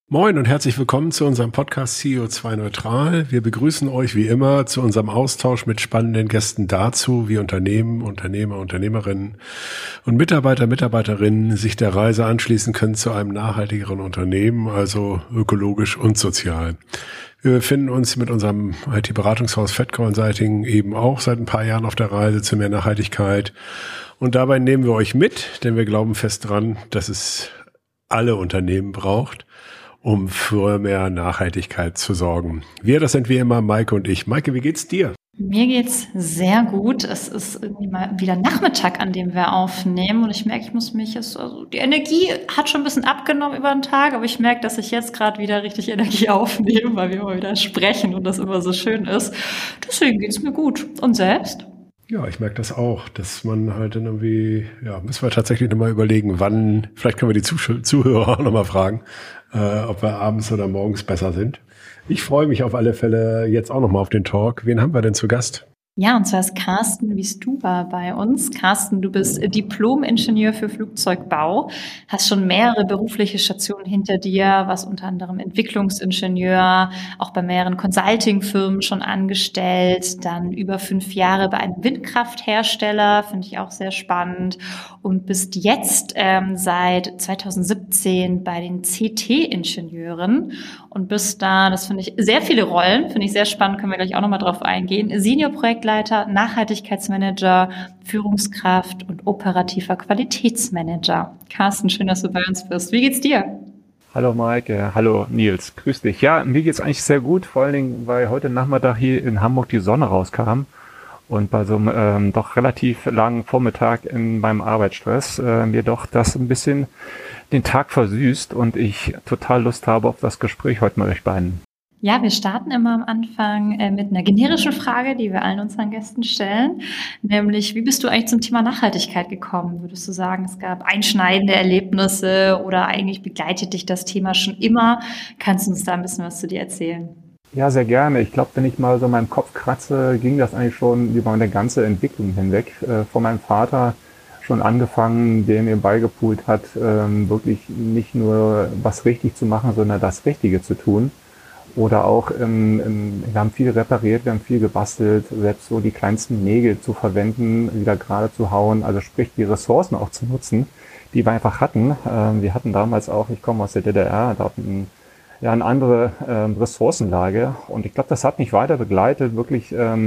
Moin und herzlich willkommen zu unserem Podcast CO2 Neutral. Wir begrüßen euch wie immer zu unserem Austausch mit spannenden Gästen dazu, wie Unternehmen, Unternehmer, Unternehmerinnen und Mitarbeiter, Mitarbeiterinnen sich der Reise anschließen können zu einem nachhaltigeren Unternehmen, also ökologisch und sozial. Wir befinden uns mit unserem IT-Beratungshaus Fed Consulting eben auch seit ein paar Jahren auf der Reise zu mehr Nachhaltigkeit. Und dabei nehmen wir euch mit, denn wir glauben fest dran, dass es alle Unternehmen braucht, um für mehr Nachhaltigkeit zu sorgen. Das sind wie immer Maike und ich. Maike, wie geht's dir? Mir geht's sehr gut. Es ist irgendwie mal wieder Nachmittag, an dem wir aufnehmen und ich merke, die Energie hat schon ein bisschen abgenommen über den Tag, aber ich merke, dass ich jetzt gerade wieder richtig Energie aufnehme, weil wir immer wieder sprechen und das immer so schön ist. Deswegen geht's mir gut. Und selbst? Ja, ich merke das auch, dass man halt dann irgendwie, müssen wir tatsächlich nochmal überlegen, wann, vielleicht können wir die Zuhörer auch nochmal fragen, ob wir abends oder morgens besser sind. Ich freue mich auf alle Fälle jetzt auch nochmal auf den Talk. Wen haben wir denn zu Gast? Ja, und zwar ist Carsten Wiestuba bei uns. Carsten, du bist Diplom-Ingenieur für Flugzeugbau, hast schon mehrere berufliche Stationen hinter dir, warst unter anderem Entwicklungsingenieur, auch bei mehreren Consulting-Firmen schon angestellt, dann über 5 Jahre bei einem Windkrafthersteller, finde ich auch sehr spannend, und bist jetzt seit 2017 bei den CT-Ingenieuren und bist da, das finde ich, sehr viele Rollen, finde ich sehr spannend, können wir gleich auch nochmal drauf eingehen, Senior-Projektleiter, Nachhaltigkeitsmanager, Führungskraft und operativer Qualitätsmanager. Carsten, schön, dass du bei uns bist. Wie geht's dir? Hallo Maike, hallo Nils, grüß dich. Ja, mir geht's eigentlich sehr gut, vor allen Dingen, weil heute Nachmittag hier in Hamburg die Sonne rauskam und bei so einem doch relativ langen Vormittag in meinem Arbeitsstress mir doch das ein bisschen den Tag versüßt und ich total Lust habe auf das Gespräch heute mit euch beiden. Ja, wir starten immer am Anfang mit einer generischen Frage, die wir allen unseren Gästen stellen, nämlich, wie bist du eigentlich zum Thema Nachhaltigkeit gekommen? Würdest du sagen, es gab einschneidende Erlebnisse oder eigentlich begleitet dich das Thema schon immer? Kannst du uns da ein bisschen was zu dir erzählen? Ja, sehr gerne. Ich glaube, wenn ich mal so meinen Kopf kratze, ging das eigentlich schon über meine ganze Entwicklung hinweg. Von meinem Vater schon angefangen, der mir beigepult hat, wirklich nicht nur was richtig zu machen, sondern das Richtige zu tun. Oder auch, wir haben viel repariert, wir haben viel gebastelt, selbst so die kleinsten Nägel zu verwenden, wieder gerade zu hauen, also sprich die Ressourcen auch zu nutzen, die wir einfach hatten. Wir hatten damals auch, ich komme aus der DDR, da hatten eine andere Ressourcenlage und ich glaube, das hat mich weiter begleitet, wirklich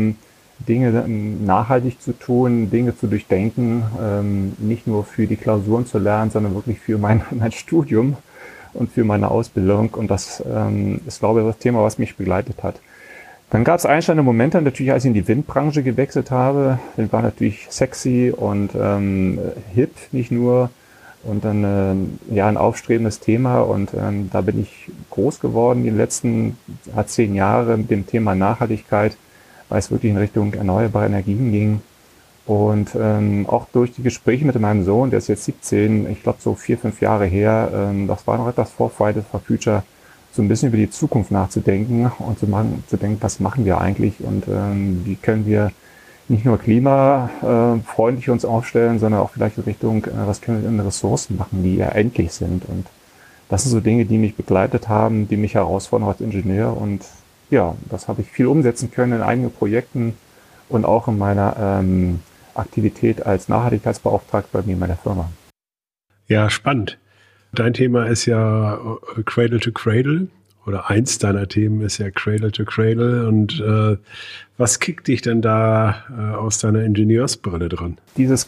Dinge nachhaltig zu tun, Dinge zu durchdenken, nicht nur für die Klausuren zu lernen, sondern wirklich für mein Studium und für meine Ausbildung. Und das ist, glaube ich, das Thema, was mich begleitet hat. Dann gab es einschneidende Momente, natürlich, als ich in die Windbranche gewechselt habe. Wind war natürlich sexy und hip, nicht nur. Und dann ein aufstrebendes Thema. Und da bin ich groß geworden die letzten 10 Jahre mit dem Thema Nachhaltigkeit, weil es wirklich in Richtung erneuerbare Energien ging. Und auch durch die Gespräche mit meinem Sohn, der ist jetzt 17, ich glaube so 4, 5 Jahre her, das war noch etwas vor Fridays for Future, so ein bisschen über die Zukunft nachzudenken und zu denken, was machen wir eigentlich und wie können wir nicht nur klimafreundlich uns aufstellen, sondern auch vielleicht in Richtung, was können wir in Ressourcen machen, die ja endlich sind. Und das sind so Dinge, die mich begleitet haben, die mich herausfordern als Ingenieur. Und ja, das habe ich viel umsetzen können in einigen Projekten und auch in meiner Aktivität als Nachhaltigkeitsbeauftragter bei mir in meiner Firma. Ja, spannend. Dein Thema ist ja Cradle to Cradle oder eins deiner Themen ist ja Cradle to Cradle. Und was kickt dich denn da aus deiner Ingenieursbrille dran? Dieses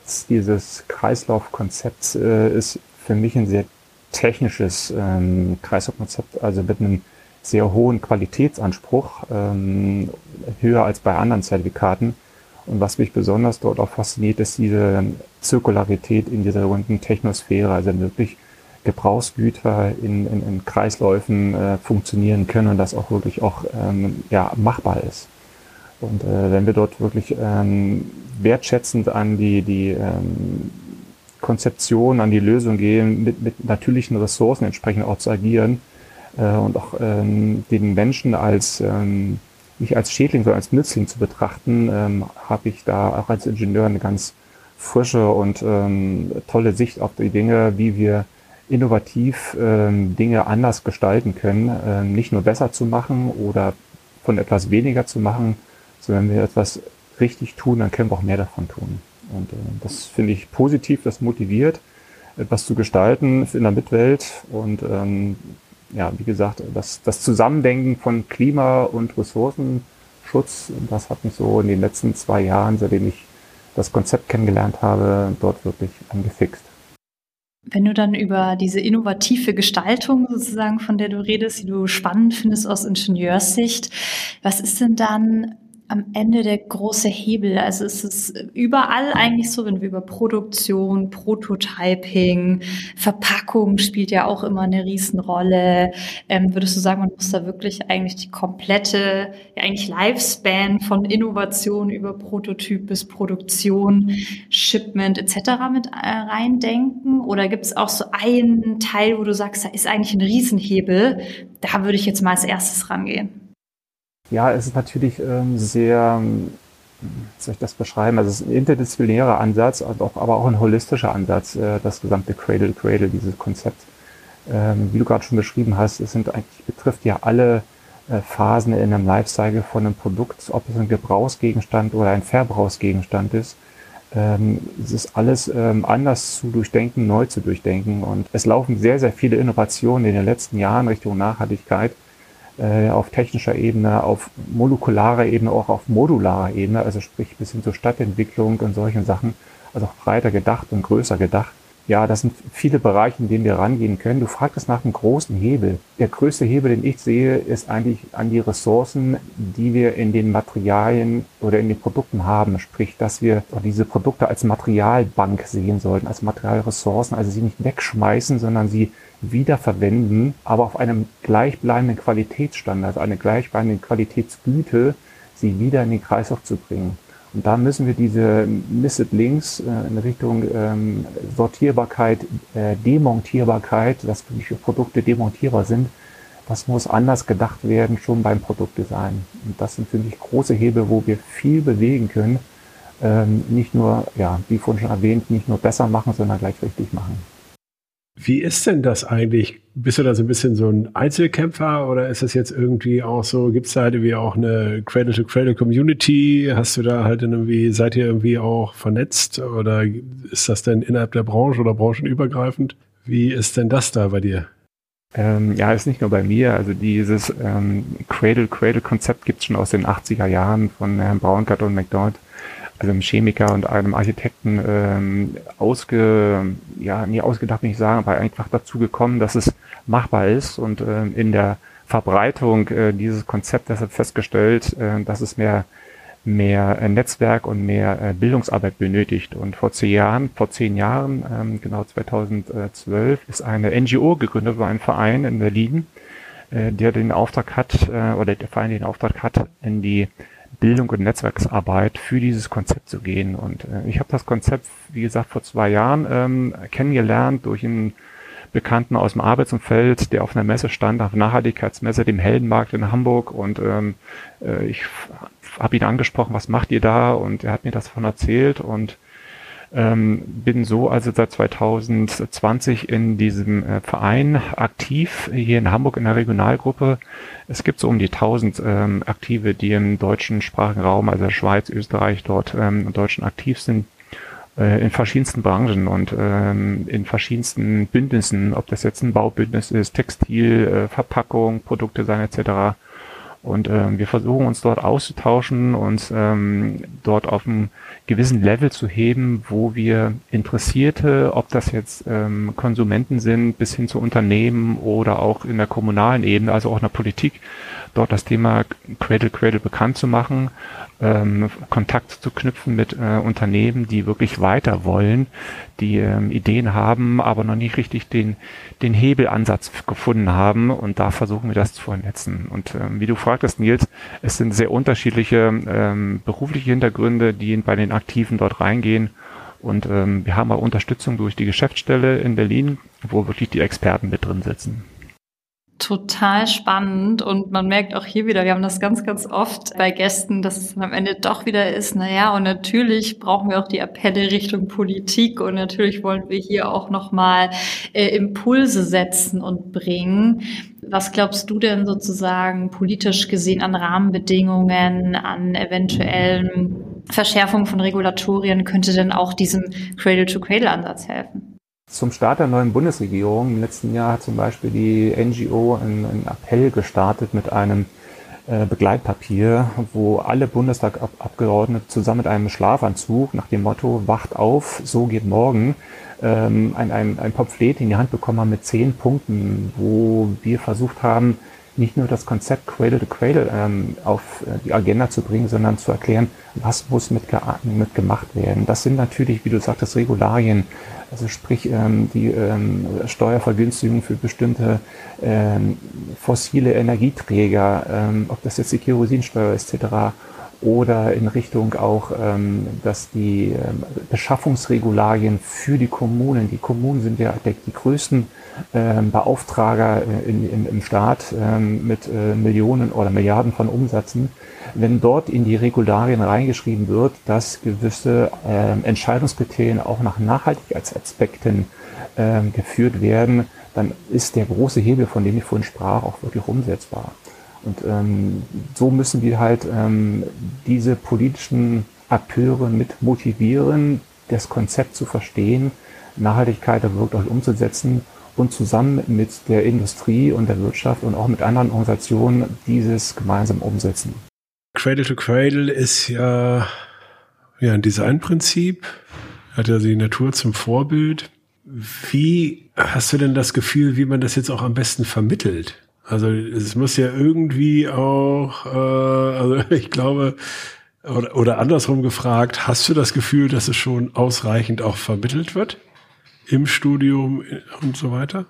Kreislaufkonzepts ist für mich ein sehr technisches Kreislaufkonzept, also mit einem sehr hohen Qualitätsanspruch, höher als bei anderen Zertifikaten. Und was mich besonders dort auch fasziniert, ist diese Zirkularität in dieser runden Technosphäre, also wirklich Gebrauchsgüter in Kreisläufen funktionieren können und das auch wirklich auch machbar ist. Und wenn wir dort wirklich wertschätzend an die Konzeption, an die Lösung gehen, mit natürlichen Ressourcen entsprechend auch zu agieren und auch den Menschen nicht als Schädling, sondern als Nützling zu betrachten, habe ich da auch als Ingenieur eine ganz frische und tolle Sicht auf die Dinge, wie wir innovativ Dinge anders gestalten können, nicht nur besser zu machen oder von etwas weniger zu machen, sondern wenn wir etwas richtig tun, dann können wir auch mehr davon tun. Und das finde ich positiv, das motiviert, etwas zu gestalten in der Mitwelt. Und ja, wie gesagt, das Zusammendenken von Klima- und Ressourcenschutz, das hat mich so in den letzten 2 Jahren, seitdem ich das Konzept kennengelernt habe, dort wirklich angefixt. Wenn du dann über diese innovative Gestaltung sozusagen, von der du redest, die du spannend findest aus Ingenieurssicht, was ist denn dann am Ende der große Hebel? Also ist es überall eigentlich so, wenn wir über Produktion, Prototyping, Verpackung spielt ja auch immer eine Riesenrolle. Würdest du sagen, man muss da wirklich eigentlich die komplette, ja eigentlich Lifespan von Innovation über Prototyp bis Produktion, Shipment etc. mit reindenken? Oder gibt es auch so einen Teil, wo du sagst, da ist eigentlich ein Riesenhebel, da würde ich jetzt mal als erstes rangehen? Ja, es ist natürlich sehr, wie soll ich das beschreiben? Also es ist ein interdisziplinärer Ansatz, aber auch ein holistischer Ansatz, das gesamte Cradle-to-Cradle, dieses Konzept. Wie du gerade schon beschrieben hast, betrifft ja alle Phasen in einem Lifecycle von einem Produkt, ob es ein Gebrauchsgegenstand oder ein Verbrauchsgegenstand ist. Es ist alles anders zu durchdenken, neu zu durchdenken. Und es laufen sehr, sehr viele Innovationen in den letzten Jahren Richtung Nachhaltigkeit. Auf technischer Ebene, auf molekularer Ebene, auch auf modularer Ebene, also sprich bis hin zur Stadtentwicklung und solchen Sachen, also auch breiter gedacht und größer gedacht. Ja, das sind viele Bereiche, in denen wir rangehen können. Du fragtest nach einem großen Hebel. Der größte Hebel, den ich sehe, ist eigentlich an die Ressourcen, die wir in den Materialien oder in den Produkten haben. Sprich, dass wir diese Produkte als Materialbank sehen sollten, als Materialressourcen, also sie nicht wegschmeißen, sondern sie wiederverwenden, aber auf einem gleichbleibenden Qualitätsstandard, eine gleichbleibende Qualitätsgüte, sie wieder in den Kreislauf zu bringen. Und da müssen wir diese Missed Links in Richtung Sortierbarkeit, Demontierbarkeit, dass wirklich für Produkte demontierbar sind, das muss anders gedacht werden, schon beim Produktdesign. Und das sind für mich große Hebel, wo wir viel bewegen können. Nicht nur, ja, wie vorhin schon erwähnt, nicht nur besser machen, sondern gleich richtig machen. Wie ist denn das eigentlich? Bist du da so ein bisschen so ein Einzelkämpfer oder ist das jetzt irgendwie auch so, gibt es da halt irgendwie auch eine Cradle-to-Cradle-Community? Hast du da halt irgendwie, seid ihr irgendwie auch vernetzt oder ist das denn innerhalb der Branche oder branchenübergreifend? Wie ist denn das da bei dir? Ja, ist nicht nur bei mir. Also dieses Cradle-Konzept gibt es schon aus den 80er Jahren von Herrn Braungart und McDonald. Also einem Chemiker und einem Architekten nie ausgedacht, will ich sagen, aber einfach dazu gekommen, dass es machbar ist und in der Verbreitung dieses Konzept deshalb festgestellt, dass es mehr Netzwerk und mehr Bildungsarbeit benötigt. Und vor 10 Jahren, genau 2012, ist eine NGO gegründet, war ein Verein in Berlin, der den Auftrag hat, oder der Verein den Auftrag hat, in die Bildung und Netzwerksarbeit für dieses Konzept zu gehen. Und ich habe das Konzept, wie gesagt, vor 2 Jahren kennengelernt durch einen Bekannten aus dem Arbeitsumfeld, der auf einer Messe stand, auf einer Nachhaltigkeitsmesse, dem Heldenmarkt in Hamburg. Und ich habe ihn angesprochen, was macht ihr da? Und er hat mir das davon erzählt und bin so also seit 2020 in diesem Verein aktiv, hier in Hamburg in der Regionalgruppe. Es gibt so um die 1000 Aktive, die im deutschen Sprachenraum, also Schweiz, Österreich, dort in Deutschland aktiv sind, in verschiedensten Branchen und in verschiedensten Bündnissen, ob das jetzt ein Baubündnis ist, Textil, Verpackung, Produktdesign etc. Und wir versuchen uns dort auszutauschen und dort auf einem gewissen Level zu heben, wo wir Interessierte, ob das jetzt Konsumenten sind, bis hin zu Unternehmen oder auch in der kommunalen Ebene, also auch in der Politik, dort das Thema Cradle bekannt zu machen, Kontakt zu knüpfen mit Unternehmen, die wirklich weiter wollen, die Ideen haben, aber noch nicht richtig den Hebelansatz gefunden haben. Und da versuchen wir das zu vernetzen. Und wie du fragtest, Nils, es sind sehr unterschiedliche berufliche Hintergründe, die bei den Aktiven dort reingehen. Und wir haben auch Unterstützung durch die Geschäftsstelle in Berlin, wo wirklich die Experten mit drin sitzen. Total spannend und man merkt auch hier wieder, wir haben das ganz, ganz oft bei Gästen, dass es am Ende doch wieder ist, naja, und natürlich brauchen wir auch die Appelle Richtung Politik und natürlich wollen wir hier auch nochmal Impulse setzen und bringen. Was glaubst du denn sozusagen politisch gesehen an Rahmenbedingungen, an eventuellen Verschärfungen von Regulatorien könnte denn auch diesem Cradle-to-Cradle-Ansatz helfen? Zum Start der neuen Bundesregierung im letzten Jahr hat zum Beispiel die NGO einen Appell gestartet mit einem Begleitpapier, wo alle Bundestagabgeordnete zusammen mit einem Schlafanzug nach dem Motto "Wacht auf, so geht morgen" ein Pamphlet in die Hand bekommen haben mit 10 Punkten, wo wir versucht haben, nicht nur das Konzept Cradle to Cradle auf die Agenda zu bringen, sondern zu erklären, was muss mit gemacht werden. Das sind natürlich, wie du sagtest, Regularien, also sprich die Steuervergünstigung für bestimmte fossile Energieträger, ob das jetzt die Kerosinsteuer ist, etc., oder in Richtung auch, dass die Beschaffungsregularien für die Kommunen sind ja die größten Beauftrager im Staat mit Millionen oder Milliarden von Umsätzen. Wenn dort in die Regularien reingeschrieben wird, dass gewisse Entscheidungskriterien auch nach Nachhaltigkeitsaspekten geführt werden, dann ist der große Hebel, von dem ich vorhin sprach, auch wirklich umsetzbar. Und so müssen wir halt diese politischen Akteure mit motivieren, das Konzept zu verstehen, Nachhaltigkeit wirklich umzusetzen und zusammen mit der Industrie und der Wirtschaft und auch mit anderen Organisationen dieses gemeinsam umsetzen. Cradle to Cradle ist ja ein Designprinzip, hat ja die Natur zum Vorbild. Wie hast du denn das Gefühl, wie man das jetzt auch am besten vermittelt? Also es muss ja irgendwie auch, also ich glaube, oder andersrum gefragt, hast du das Gefühl, dass es schon ausreichend auch vermittelt wird im Studium und so weiter?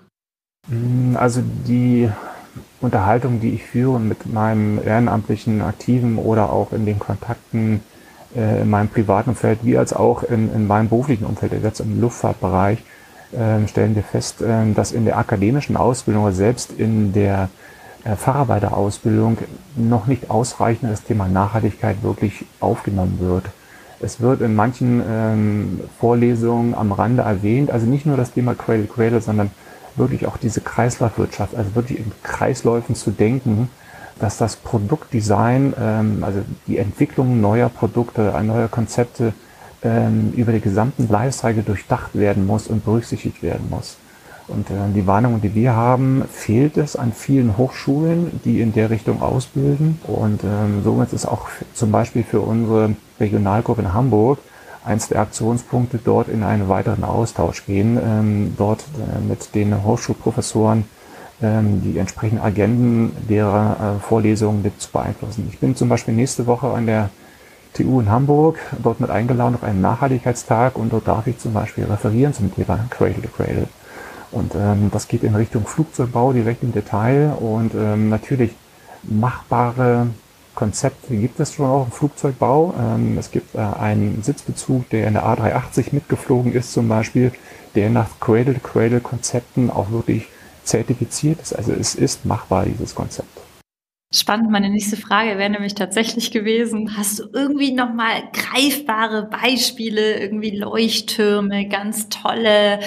Also die Unterhaltung, die ich führe mit meinem ehrenamtlichen Aktiven oder auch in den Kontakten in meinem privaten Umfeld, wie als auch in meinem beruflichen Umfeld, jetzt im Luftfahrtbereich, stellen wir fest, dass in der akademischen Ausbildung oder selbst in der Facharbeiterausbildung noch nicht ausreichend das Thema Nachhaltigkeit wirklich aufgenommen wird. Es wird in manchen Vorlesungen am Rande erwähnt, also nicht nur das Thema Cradle to Cradle, sondern wirklich auch diese Kreislaufwirtschaft, also wirklich in Kreisläufen zu denken, dass das Produktdesign, also die Entwicklung neuer Produkte, neuer Konzepte über den gesamten Lifecycle durchdacht werden muss und berücksichtigt werden muss. Und die Warnung, die wir haben, fehlt es an vielen Hochschulen, die in der Richtung ausbilden. Und somit ist auch zum Beispiel für unsere Regionalgruppe in Hamburg eins der Aktionspunkte, dort in einen weiteren Austausch gehen, dort mit den Hochschulprofessoren die entsprechenden Agenden derer Vorlesungen mit zu beeinflussen. Ich bin zum Beispiel nächste Woche an der TU in Hamburg, dort mit eingeladen auf einen Nachhaltigkeitstag und dort darf ich zum Beispiel referieren zum Thema Cradle to Cradle. Und das geht in Richtung Flugzeugbau direkt im Detail und natürlich machbare Konzepte gibt es schon auch im Flugzeugbau. Es gibt einen Sitzbezug, der in der A380 mitgeflogen ist zum Beispiel, der nach Cradle-to-Cradle-Konzepten auch wirklich zertifiziert ist. Also es ist machbar, dieses Konzept. Spannend, meine nächste Frage wäre nämlich tatsächlich gewesen, hast du irgendwie nochmal greifbare Beispiele, irgendwie Leuchttürme, ganz tolle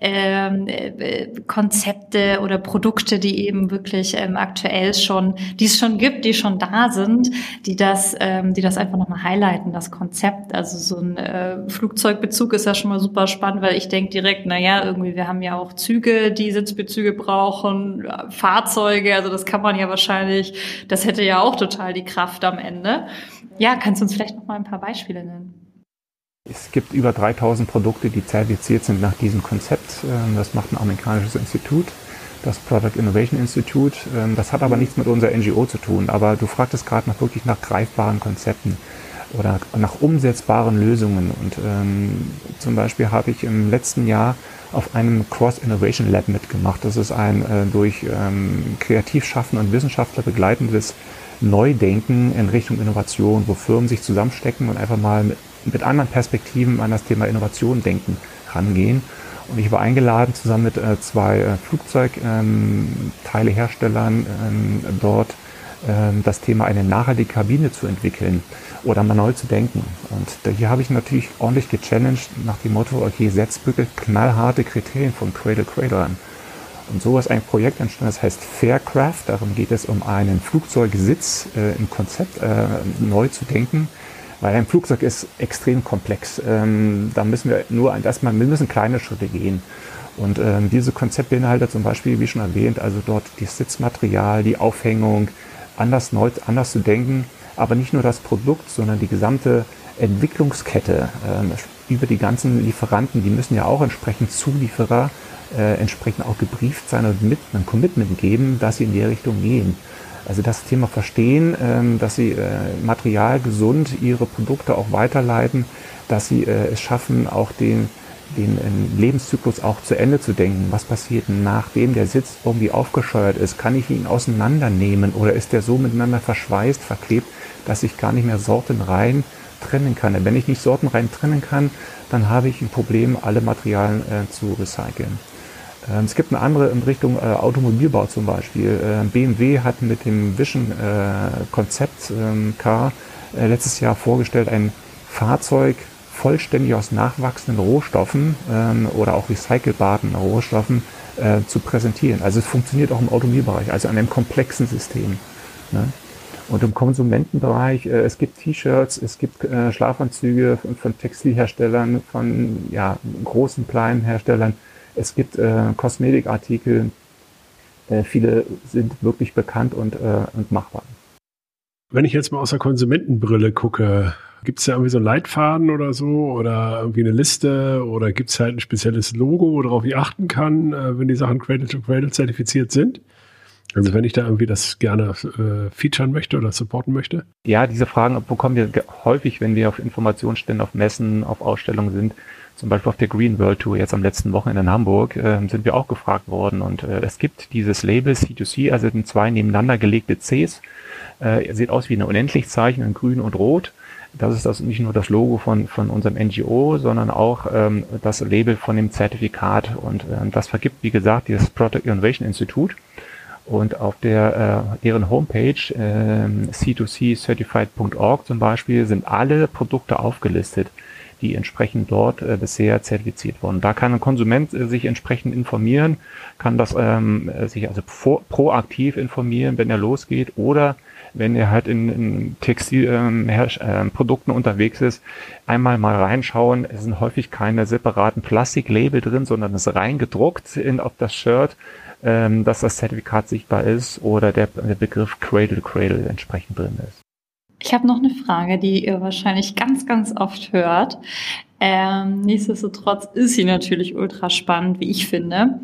Konzepte oder Produkte, die eben wirklich aktuell schon, die es schon gibt, die schon da sind, die das einfach nochmal highlighten, das Konzept. Also so ein Flugzeugbezug ist ja schon mal super spannend, weil ich denke direkt, irgendwie, wir haben ja auch Züge, die Sitzbezüge brauchen, Fahrzeuge, also das kann man ja wahrscheinlich. Das hätte ja auch total die Kraft am Ende. Ja, kannst du uns vielleicht noch mal ein paar Beispiele nennen? Es gibt über 3000 Produkte, die zertifiziert sind nach diesem Konzept. Das macht ein amerikanisches Institut, das Product Innovation Institute. Das hat aber nichts mit unserer NGO zu tun. Aber du fragtest gerade wirklich nach greifbaren Konzepten oder nach umsetzbaren Lösungen. Und zum Beispiel habe ich im letzten Jahr auf einem Cross-Innovation Lab mitgemacht. Das ist ein durch Kreativschaffen und Wissenschaftler begleitendes Neudenken in Richtung Innovation, wo Firmen sich zusammenstecken und einfach mal mit anderen Perspektiven an das Thema Innovation denken rangehen. Und ich war eingeladen, zusammen mit zwei Flugzeugteileherstellern dort das Thema eine nachhaltige Kabine zu entwickeln oder mal neu zu denken. Und hier habe ich natürlich ordentlich gechallenged nach dem Motto, okay, setzt wirklich knallharte Kriterien von Cradle to Cradle an. Und so ist ein Projekt entstanden, das heißt Faircraft. Darum geht es um einen Flugzeugsitz im Konzept neu zu denken, weil ein Flugzeug ist extrem komplex. Da müssen wir wir müssen kleine Schritte gehen. Und diese Konzept beinhaltet zum Beispiel, wie schon erwähnt, also dort das Sitzmaterial, die Aufhängung, anders zu denken, aber nicht nur das Produkt, sondern die gesamte Entwicklungskette über die ganzen Lieferanten, die müssen ja auch entsprechend Zulieferer entsprechend auch gebrieft sein und mit einem Commitment geben, dass sie in die Richtung gehen. Also das Thema verstehen, dass sie materialgesund ihre Produkte auch weiterleiten, dass sie es schaffen, auch den Lebenszyklus auch zu Ende zu denken. Was passiert, nachdem der Sitz irgendwie aufgescheuert ist? Kann ich ihn auseinandernehmen oder ist der so miteinander verschweißt, verklebt, dass ich gar nicht mehr sortenrein trennen kann? Wenn ich nicht sortenrein trennen kann, dann habe ich ein Problem, alle Materialien zu recyceln. Es gibt eine andere in Richtung Automobilbau zum Beispiel. BMW hat mit dem Vision Concept Car letztes Jahr vorgestellt, ein Fahrzeug vollständig aus nachwachsenden Rohstoffen oder auch recycelbaren Rohstoffen zu präsentieren. Also es funktioniert auch im Automobilbereich, also an einem komplexen System. Ne? Und im Konsumentenbereich, es gibt T-Shirts, es gibt Schlafanzüge von Textilherstellern, von großen, kleinen Herstellern. Es gibt Kosmetikartikel, viele sind wirklich bekannt und machbar. Wenn ich jetzt mal aus der Konsumentenbrille gucke, gibt es da irgendwie so einen Leitfaden oder so oder irgendwie eine Liste oder gibt es halt ein spezielles Logo, worauf ich achten kann, wenn die Sachen Cradle to Cradle zertifiziert sind? Also wenn ich da irgendwie das gerne featuren möchte oder supporten möchte? Ja, diese Fragen bekommen wir häufig, wenn wir auf Informationsständen, auf Messen, auf Ausstellungen sind. Zum Beispiel auf der Green World Tour jetzt am letzten Wochenende in Hamburg sind wir auch gefragt worden. Und es gibt dieses Label C2C, also sind zwei nebeneinander gelegte Cs. Sieht aus wie ein Unendlichzeichen in grün und rot. Das ist nicht nur das Logo von unserem NGO, sondern auch das Label von dem Zertifikat. Und das vergibt, wie gesagt, dieses Product Innovation Institute. Und auf deren Homepage c2ccertified.org zum Beispiel sind alle Produkte aufgelistet, die entsprechend dort bisher zertifiziert wurden. Da kann ein Konsument sich entsprechend informieren, kann das sich also proaktiv informieren, wenn er losgeht, oder wenn er halt in Textilprodukten unterwegs ist, einmal mal reinschauen. Es sind häufig keine separaten Plastiklabel drin, sondern es ist reingedruckt auf das Shirt, dass das Zertifikat sichtbar ist oder der Begriff Cradle to Cradle entsprechend drin ist. Ich habe noch eine Frage, die ihr wahrscheinlich ganz, ganz oft hört. Nichtsdestotrotz ist sie natürlich ultra spannend, wie ich finde.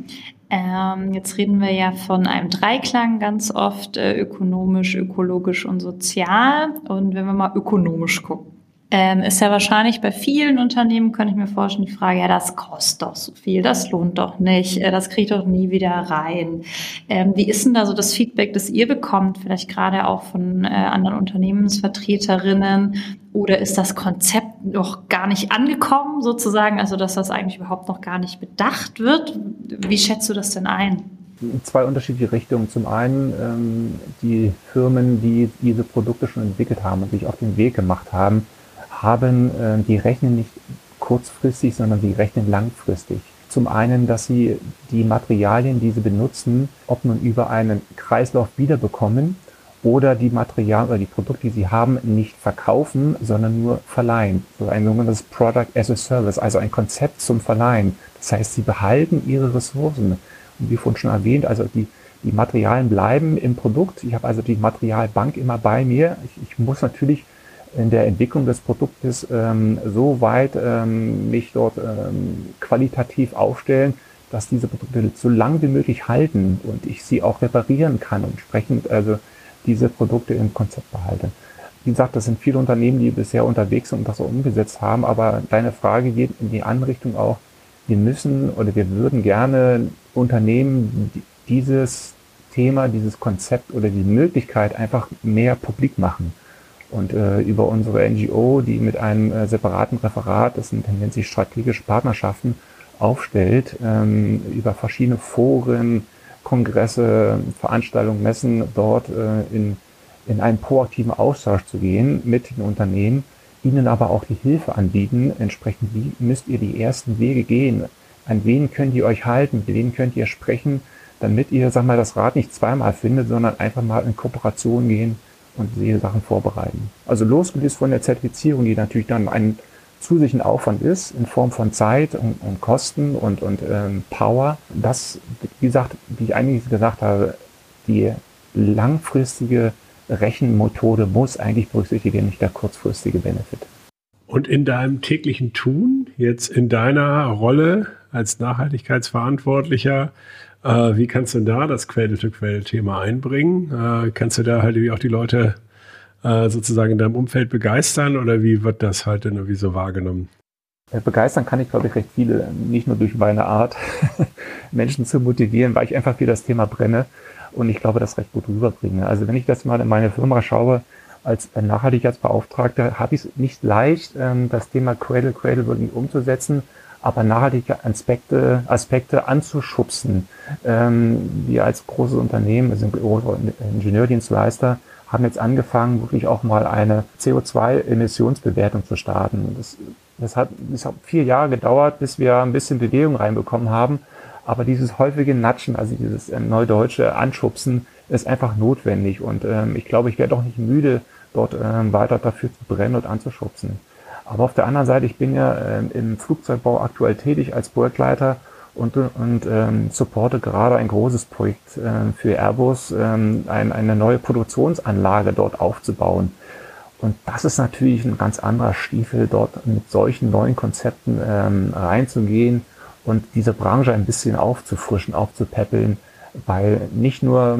Jetzt reden wir ja von einem Dreiklang ganz oft, ökonomisch, ökologisch und sozial. Und wenn wir mal ökonomisch gucken, ist ja wahrscheinlich bei vielen Unternehmen, könnte ich mir vorstellen, die Frage, ja, das kostet doch so viel, das lohnt doch nicht, das kriegt doch nie wieder rein. Wie ist denn da so das Feedback, das ihr bekommt, vielleicht gerade auch von anderen Unternehmensvertreterinnen, oder ist das Konzept noch gar nicht angekommen sozusagen, also dass das eigentlich überhaupt noch gar nicht bedacht wird? Wie schätzt du das denn ein? Zwei unterschiedliche Richtungen. Zum einen die Firmen, die diese Produkte schon entwickelt haben und sich auf den Weg gemacht haben, die rechnen nicht kurzfristig, sondern die rechnen langfristig. Zum einen, dass sie die Materialien, die sie benutzen, ob nun über einen Kreislauf wiederbekommen oder die Materialien oder die Produkte, die sie haben, nicht verkaufen, sondern nur verleihen. So ein sogenanntes Product as a Service, also ein Konzept zum Verleihen. Das heißt, sie behalten ihre Ressourcen. Und wie vorhin schon erwähnt, also die Materialien bleiben im Produkt. Ich habe also die Materialbank immer bei mir. Ich muss natürlich in der Entwicklung des Produktes so weit mich dort qualitativ aufstellen, dass diese Produkte so lang wie möglich halten und ich sie auch reparieren kann und entsprechend also diese Produkte im Konzept behalte. Wie gesagt, das sind viele Unternehmen, die bisher unterwegs sind und das auch umgesetzt haben, aber deine Frage geht in die andere Richtung auch. Wir würden gerne Unternehmen dieses Thema, dieses Konzept oder die Möglichkeit einfach mehr publik machen. Und über unsere NGO, die mit einem separaten Referat, das nennt sich strategische Partnerschaften, aufstellt, über verschiedene Foren, Kongresse, Veranstaltungen, Messen dort in einen proaktiven Austausch zu gehen mit den Unternehmen, ihnen aber auch die Hilfe anbieten, entsprechend wie müsst ihr die ersten Wege gehen, an wen könnt ihr euch halten, mit wem könnt ihr sprechen, damit ihr, das Rad nicht zweimal findet, sondern einfach mal in Kooperation gehen und diese Sachen vorbereiten. Also losgelöst von der Zertifizierung, die natürlich dann ein zusätzlichen Aufwand ist, in Form von Zeit und Kosten und Power. Das, wie gesagt, wie ich eigentlich gesagt habe, die langfristige Rechenmethode muss eigentlich berücksichtigen, nicht der kurzfristige Benefit. Und in deinem täglichen Tun, jetzt in deiner Rolle als Nachhaltigkeitsverantwortlicher, wie kannst du da das Quelle-to-Quelle-Thema einbringen? Kannst du da halt auch die Leute sozusagen in deinem Umfeld begeistern oder wie wird das halt denn irgendwie so wahrgenommen? Begeistern kann ich, glaube ich, recht viele, nicht nur durch meine Art, Menschen zu motivieren, weil ich einfach für das Thema brenne und ich glaube, das recht gut rüberbringe. Also wenn ich das mal in meine Firma schaue, als Nachhaltigkeitsbeauftragter habe ich es nicht leicht, das Thema Cradle wirklich umzusetzen, aber nachhaltige Aspekte anzuschubsen. Wir als großes Unternehmen, also Ingenieurdienstleister, haben jetzt angefangen, wirklich auch mal eine CO2-Emissionsbewertung zu starten. Das hat 4 Jahre gedauert, bis wir ein bisschen Bewegung reinbekommen haben. Aber dieses häufige Natschen, also dieses neudeutsche Anschubsen, ist einfach notwendig. Und ich glaube, ich werde auch nicht müde, dort weiter dafür zu brennen und anzuschubsen. Aber auf der anderen Seite, ich bin ja im Flugzeugbau aktuell tätig als Projektleiter und supporte gerade ein großes Projekt für Airbus, eine neue Produktionsanlage dort aufzubauen. Und das ist natürlich ein ganz anderer Stiefel, dort mit solchen neuen Konzepten reinzugehen und diese Branche ein bisschen aufzufrischen, aufzupäppeln, weil nicht nur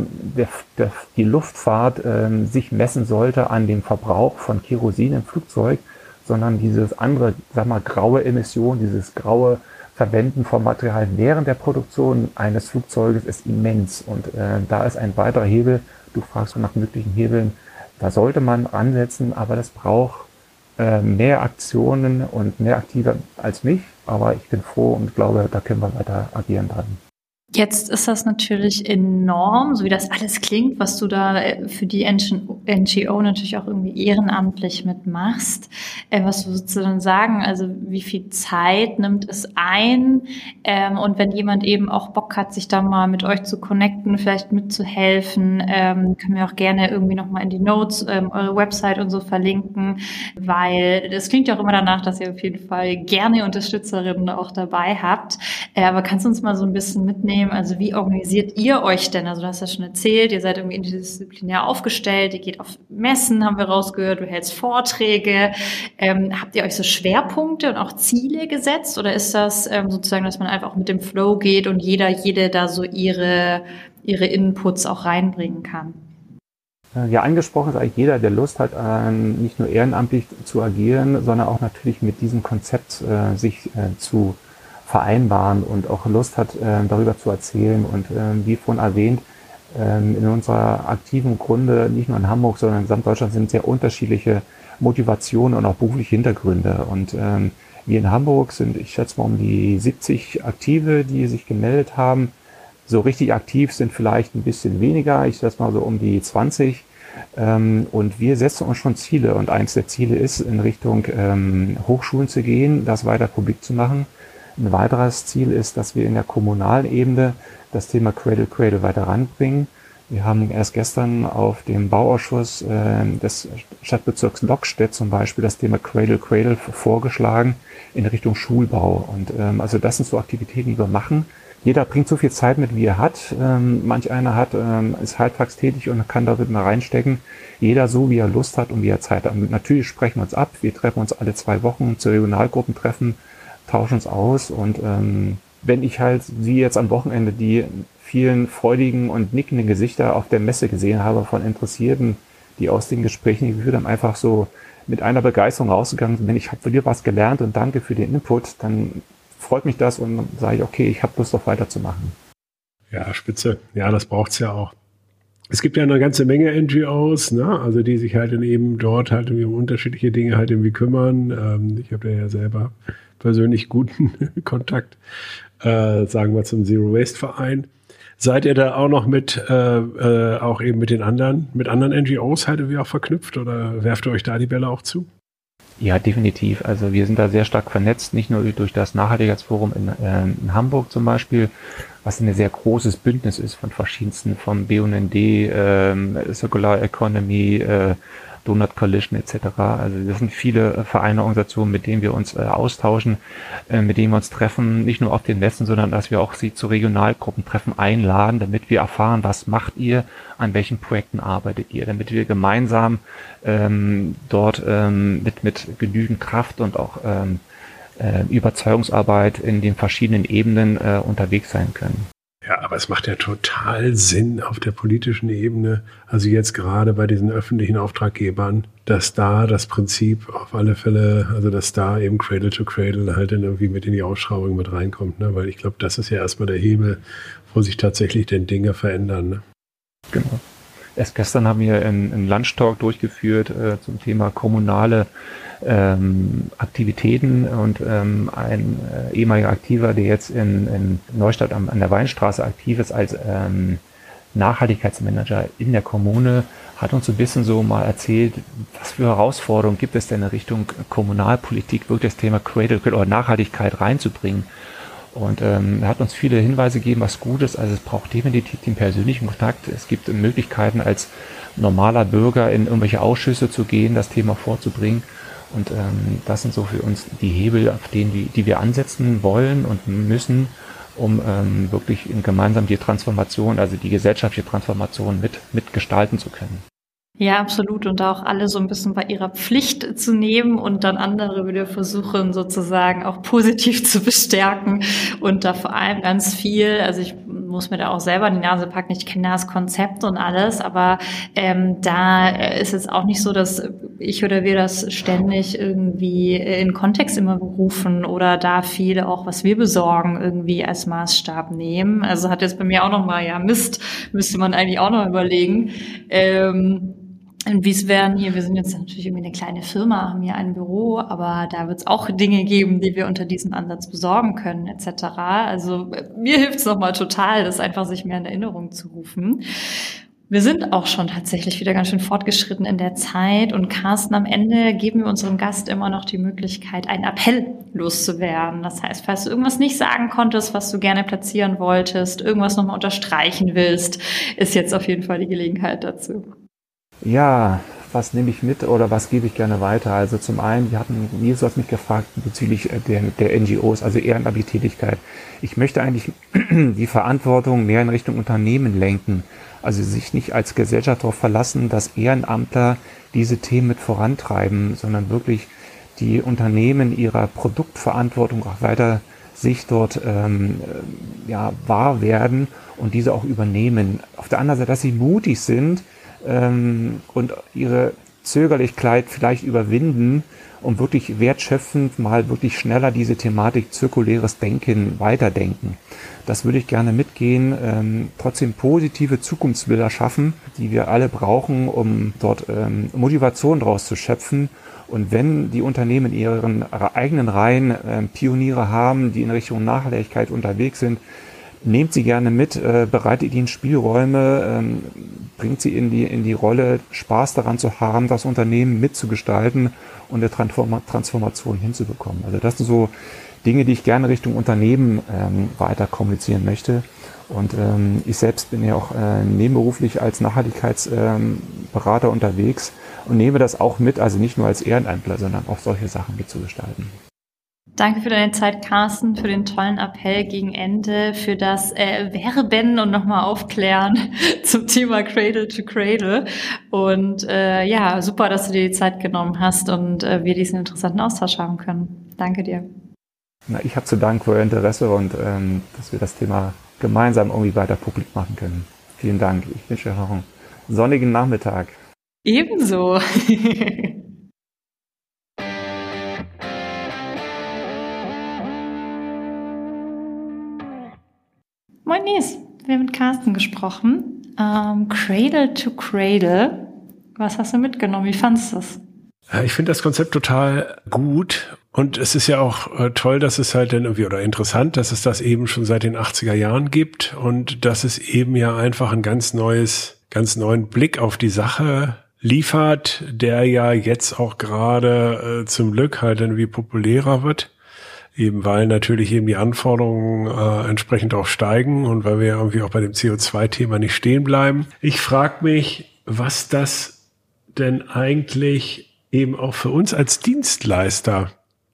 die Luftfahrt sich messen sollte an dem Verbrauch von Kerosin im Flugzeug, sondern dieses andere, graue Emission, dieses graue Verwenden von Material während der Produktion eines Flugzeuges ist immens. Und da ist ein weiterer Hebel, du fragst nach möglichen Hebeln, da sollte man ansetzen, aber das braucht mehr Aktionen und mehr Aktive als mich. Aber ich bin froh und glaube, da können wir weiter agieren dran. Jetzt ist das natürlich enorm, so wie das alles klingt, was du da für die NGO natürlich auch irgendwie ehrenamtlich mitmachst. Was würdest du dann sagen? Also wie viel Zeit nimmt es ein? Und wenn jemand eben auch Bock hat, sich da mal mit euch zu connecten, vielleicht mitzuhelfen, können wir auch gerne irgendwie nochmal in die Notes eure Website und so verlinken, weil das klingt ja auch immer danach, dass ihr auf jeden Fall gerne Unterstützerinnen auch dabei habt. Aber kannst du uns mal so ein bisschen mitnehmen? Also wie organisiert ihr euch denn? Also du hast ja schon erzählt, ihr seid irgendwie interdisziplinär aufgestellt, ihr geht auf Messen, haben wir rausgehört, du hältst Vorträge. Habt ihr euch so Schwerpunkte und auch Ziele gesetzt oder ist das sozusagen, dass man einfach mit dem Flow geht und jede da so ihre Inputs auch reinbringen kann? Ja, angesprochen ist eigentlich jeder, der Lust hat, nicht nur ehrenamtlich zu agieren, sondern auch natürlich mit diesem Konzept sich zu vereinbaren und auch Lust hat, darüber zu erzählen. Und wie vorhin erwähnt, in unserer aktiven Grunde, nicht nur in Hamburg, sondern in Gesamtdeutschland sind sehr unterschiedliche Motivationen und auch berufliche Hintergründe. Und wir in Hamburg sind, ich schätze mal, um die 70 Aktive, die sich gemeldet haben. So richtig aktiv sind vielleicht ein bisschen weniger, ich schätze mal so um die 20. Und wir setzen uns schon Ziele. Und eins der Ziele ist, in Richtung Hochschulen zu gehen, das weiter publik zu machen. Ein weiteres Ziel ist, dass wir in der kommunalen Ebene das Thema Cradle weiter ranbringen. Wir haben erst gestern auf dem Bauausschuss des Stadtbezirks Lockstedt zum Beispiel das Thema Cradle vorgeschlagen in Richtung Schulbau. Und also das sind so Aktivitäten, die wir machen. Jeder bringt so viel Zeit mit, wie er hat. Manch einer ist halbtags tätig und kann da mal reinstecken. Jeder so, wie er Lust hat und wie er Zeit hat. Und natürlich sprechen wir uns ab. Wir treffen uns alle 2 Wochen zu Regionalgruppentreffen, tauschen uns aus und wenn ich halt wie jetzt am Wochenende die vielen freudigen und nickenden Gesichter auf der Messe gesehen habe von Interessierten, die aus den Gesprächen geführt haben, einfach so mit einer Begeisterung rausgegangen sind, wenn ich habe von dir was gelernt und danke für den Input, dann freut mich das und dann sage ich, okay, ich habe Lust auf weiterzumachen. Ja, spitze. Ja, das braucht's ja auch. Es gibt ja eine ganze Menge NGOs, ne? Also die sich halt eben dort halt irgendwie um unterschiedliche Dinge halt irgendwie kümmern. Ich habe ja selber persönlich guten Kontakt, sagen wir zum Zero Waste Verein. Seid ihr da auch noch auch eben mit anderen NGOs halt irgendwie auch verknüpft oder werft ihr euch da die Bälle auch zu? Ja, definitiv. Also wir sind da sehr stark vernetzt, nicht nur durch das Nachhaltigkeitsforum in Hamburg zum Beispiel, was ein sehr großes Bündnis ist von verschiedensten, vom BUND, Circular Economy, Donut Coalition etc. Also das sind viele Vereine, Organisationen, mit denen wir uns austauschen, mit denen wir uns treffen, nicht nur auf den Messen, sondern dass wir auch sie zu Regionalgruppentreffen einladen, damit wir erfahren, was macht ihr, an welchen Projekten arbeitet ihr, damit wir gemeinsam dort mit genügend Kraft und auch Überzeugungsarbeit in den verschiedenen Ebenen unterwegs sein können. Ja, aber es macht ja total Sinn auf der politischen Ebene, also jetzt gerade bei diesen öffentlichen Auftraggebern, dass da das Prinzip auf alle Fälle, also dass da eben Cradle to Cradle halt dann irgendwie mit in die Ausschreibung mit reinkommt, ne? Weil ich glaube, das ist ja erstmal der Hebel, wo sich tatsächlich denn Dinge verändern. Ne? Genau. Erst gestern haben wir einen Lunchtalk durchgeführt zum Thema kommunale Aktivitäten und ein ehemaliger Aktiver, der jetzt in Neustadt an der Weinstraße aktiv ist als Nachhaltigkeitsmanager in der Kommune, hat uns so ein bisschen so mal erzählt, was für Herausforderungen gibt es denn in Richtung Kommunalpolitik, wirklich das Thema Cradle oder Nachhaltigkeit reinzubringen. Und er hat uns viele Hinweise gegeben, was gut ist. Also es braucht definitiv den persönlichen Kontakt. Es gibt Möglichkeiten, als normaler Bürger in irgendwelche Ausschüsse zu gehen, das Thema vorzubringen. Und das sind so für uns die Hebel, auf denen die wir ansetzen wollen und müssen, um wirklich gemeinsam die Transformation, also die gesellschaftliche Transformation mit gestalten zu können. Ja, absolut. Und auch alle so ein bisschen bei ihrer Pflicht zu nehmen und dann andere wieder versuchen, sozusagen auch positiv zu bestärken. Und da vor allem ganz viel, also ich muss mir da auch selber in die Nase packen, ich kenne das Konzept und alles, aber da ist es auch nicht so, dass ich oder wir das ständig irgendwie in Kontext immer berufen oder da viel auch, was wir besorgen, irgendwie als Maßstab nehmen. Also hat jetzt bei mir auch nochmal, ja Mist, müsste man eigentlich auch noch überlegen. Inwiefern hier, wir sind jetzt natürlich irgendwie eine kleine Firma, haben hier ein Büro, aber da wird es auch Dinge geben, die wir unter diesem Ansatz besorgen können, etc. Also mir hilft es nochmal total, das einfach sich mehr in Erinnerung zu rufen. Wir sind auch schon tatsächlich wieder ganz schön fortgeschritten in der Zeit und Carsten, am Ende geben wir unserem Gast immer noch die Möglichkeit, einen Appell loszuwerden. Das heißt, falls du irgendwas nicht sagen konntest, was du gerne platzieren wolltest, irgendwas nochmal unterstreichen willst, ist jetzt auf jeden Fall die Gelegenheit dazu. Ja, was nehme ich mit oder was gebe ich gerne weiter? Also zum einen, Jesus hat mich gefragt bezüglich der NGOs, also ehrenamtliche Tätigkeit. Ich möchte eigentlich die Verantwortung mehr in Richtung Unternehmen lenken. Also sich nicht als Gesellschaft darauf verlassen, dass Ehrenamtler diese Themen mit vorantreiben, sondern wirklich die Unternehmen ihrer Produktverantwortung auch weiter sich dort wahr werden und diese auch übernehmen. Auf der anderen Seite, dass sie mutig sind, und ihre Zögerlichkeit vielleicht überwinden, um wirklich wertschöpfend mal wirklich schneller diese Thematik zirkuläres Denken weiterdenken. Das würde ich gerne mitgehen, trotzdem positive Zukunftsbilder schaffen, die wir alle brauchen, um dort Motivation daraus zu schöpfen. Und wenn die Unternehmen in ihren eigenen Reihen Pioniere haben, die in Richtung Nachhaltigkeit unterwegs sind, nehmt sie gerne mit, bereitet ihnen Spielräume, bringt sie in die Rolle, Spaß daran zu haben, das Unternehmen mitzugestalten und eine Transformation hinzubekommen. Also das sind so Dinge, die ich gerne Richtung Unternehmen weiter kommunizieren möchte. Und ich selbst bin ja auch nebenberuflich als Nachhaltigkeitsberater unterwegs und nehme das auch mit, also nicht nur als Ehrenamtler, sondern auch solche Sachen mitzugestalten. Danke für deine Zeit, Carsten, für den tollen Appell gegen Ende, für das Werben und nochmal aufklären zum Thema Cradle to Cradle. Und super, dass du dir die Zeit genommen hast und wir diesen interessanten Austausch haben können. Danke dir. Na, ich habe zu danken für euer Interesse und dass wir das Thema gemeinsam irgendwie weiter publik machen können. Vielen Dank. Ich wünsche euch noch einen sonnigen Nachmittag. Ebenso. Moin Nies, wir haben mit Carsten gesprochen. Cradle to Cradle. Was hast du mitgenommen? Wie fandest du das? Ich finde das Konzept total gut Und es ist ja auch toll, dass es halt dann irgendwie, oder interessant, dass es das eben schon seit den 80er Jahren gibt und dass es eben ja einfach ein ganz neuen Blick auf die Sache liefert, der ja jetzt auch gerade zum Glück halt irgendwie populärer wird. Eben weil natürlich eben die Anforderungen entsprechend auch steigen und weil wir ja irgendwie auch bei dem CO2-Thema nicht stehen bleiben. Ich frage mich, was das denn eigentlich eben auch für uns als Dienstleister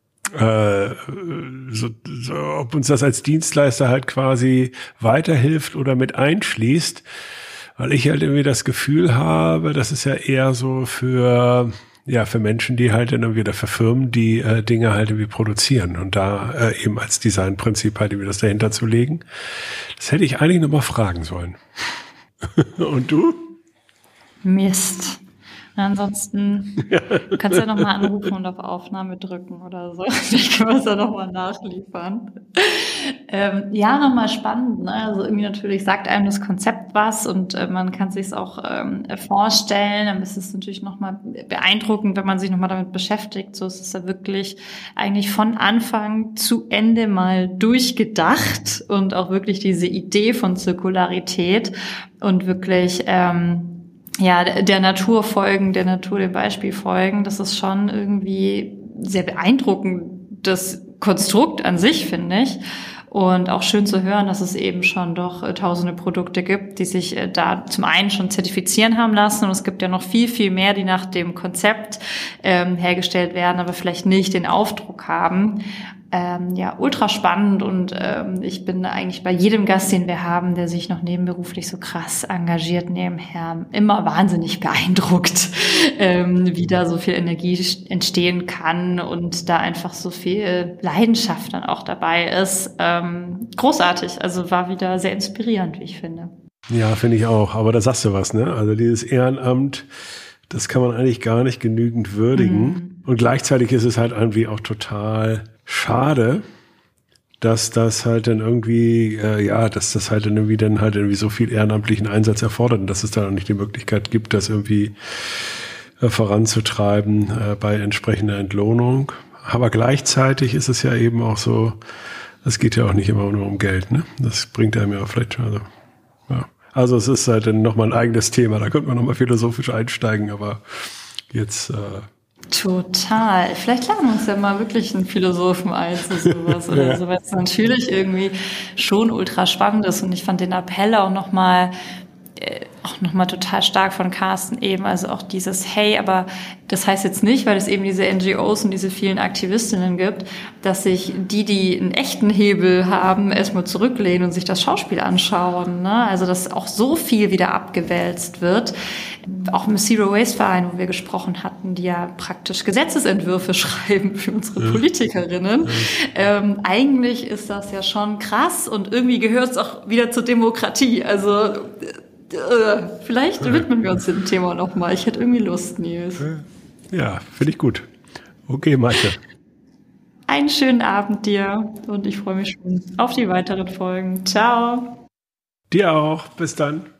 ob uns das als Dienstleister halt quasi weiterhilft oder mit einschließt, weil ich halt irgendwie das Gefühl habe, das ist ja eher so für Menschen, die halt dann irgendwie, oder für Firmen, die Dinge halt irgendwie produzieren und da eben als Designprinzip halt irgendwie das dahinter zu legen. Das hätte ich eigentlich nochmal fragen sollen. Und du? Mist. Ansonsten, du kannst ja nochmal anrufen und auf Aufnahme drücken oder so. Ich kann es ja nochmal nachliefern. Nochmal spannend, ne? Also irgendwie natürlich sagt einem das Konzept was und man kann sich es auch vorstellen. Dann ist es natürlich nochmal beeindruckend, wenn man sich nochmal damit beschäftigt. So ist es ja wirklich eigentlich von Anfang zu Ende mal durchgedacht und auch wirklich diese Idee von Zirkularität und wirklich der Natur folgen, der Natur dem Beispiel folgen, das ist schon irgendwie sehr beeindruckend, das Konstrukt an sich, finde ich. Und auch schön zu hören, dass es eben schon doch tausende Produkte gibt, die sich da zum einen schon zertifizieren haben lassen. Und es gibt ja noch viel, viel mehr, die nach dem Konzept hergestellt werden, aber vielleicht nicht den Aufdruck haben. Ultra spannend und ich bin eigentlich bei jedem Gast, den wir haben, der sich noch nebenberuflich so krass engagiert nebenher, immer wahnsinnig beeindruckt, wie da so viel Energie entstehen kann und da einfach so viel Leidenschaft dann auch dabei ist. Großartig, also war wieder sehr inspirierend, wie ich finde. Ja, finde ich auch, aber da sagst du was, ne? Also dieses Ehrenamt, das kann man eigentlich gar nicht genügend würdigen und gleichzeitig ist es halt irgendwie auch total schade, dass das halt dann irgendwie, dass das halt dann irgendwie so viel ehrenamtlichen Einsatz erfordert und dass es da auch nicht die Möglichkeit gibt, das irgendwie voranzutreiben bei entsprechender Entlohnung. Aber gleichzeitig ist es ja eben auch so, es geht ja auch nicht immer nur um Geld, ne? Das bringt einem ja vielleicht, also es ist halt dann nochmal ein eigenes Thema, da könnte man nochmal philosophisch einsteigen, aber jetzt Total. Vielleicht laden wir uns ja mal wirklich einen Philosophen ein zu sowas oder so, weil es natürlich irgendwie schon ultra spannend ist und ich fand den Appell auch nochmal total stark von Carsten eben, also auch dieses, hey, aber das heißt jetzt nicht, weil es eben diese NGOs und diese vielen Aktivistinnen gibt, dass sich die einen echten Hebel haben, erstmal zurücklehnen und sich das Schauspiel anschauen, ne? Also dass auch so viel wieder abgewälzt wird. Auch im Zero Waste Verein, wo wir gesprochen hatten, die ja praktisch Gesetzesentwürfe schreiben für unsere Politikerinnen. Eigentlich ist das ja schon krass und irgendwie gehört es auch wieder zur Demokratie. Also vielleicht widmen wir uns dem Thema nochmal. Ich hätte irgendwie Lust, Nils. Ja, finde ich gut. Okay, Maike. Einen schönen Abend dir und ich freue mich schon auf die weiteren Folgen. Ciao. Dir auch. Bis dann.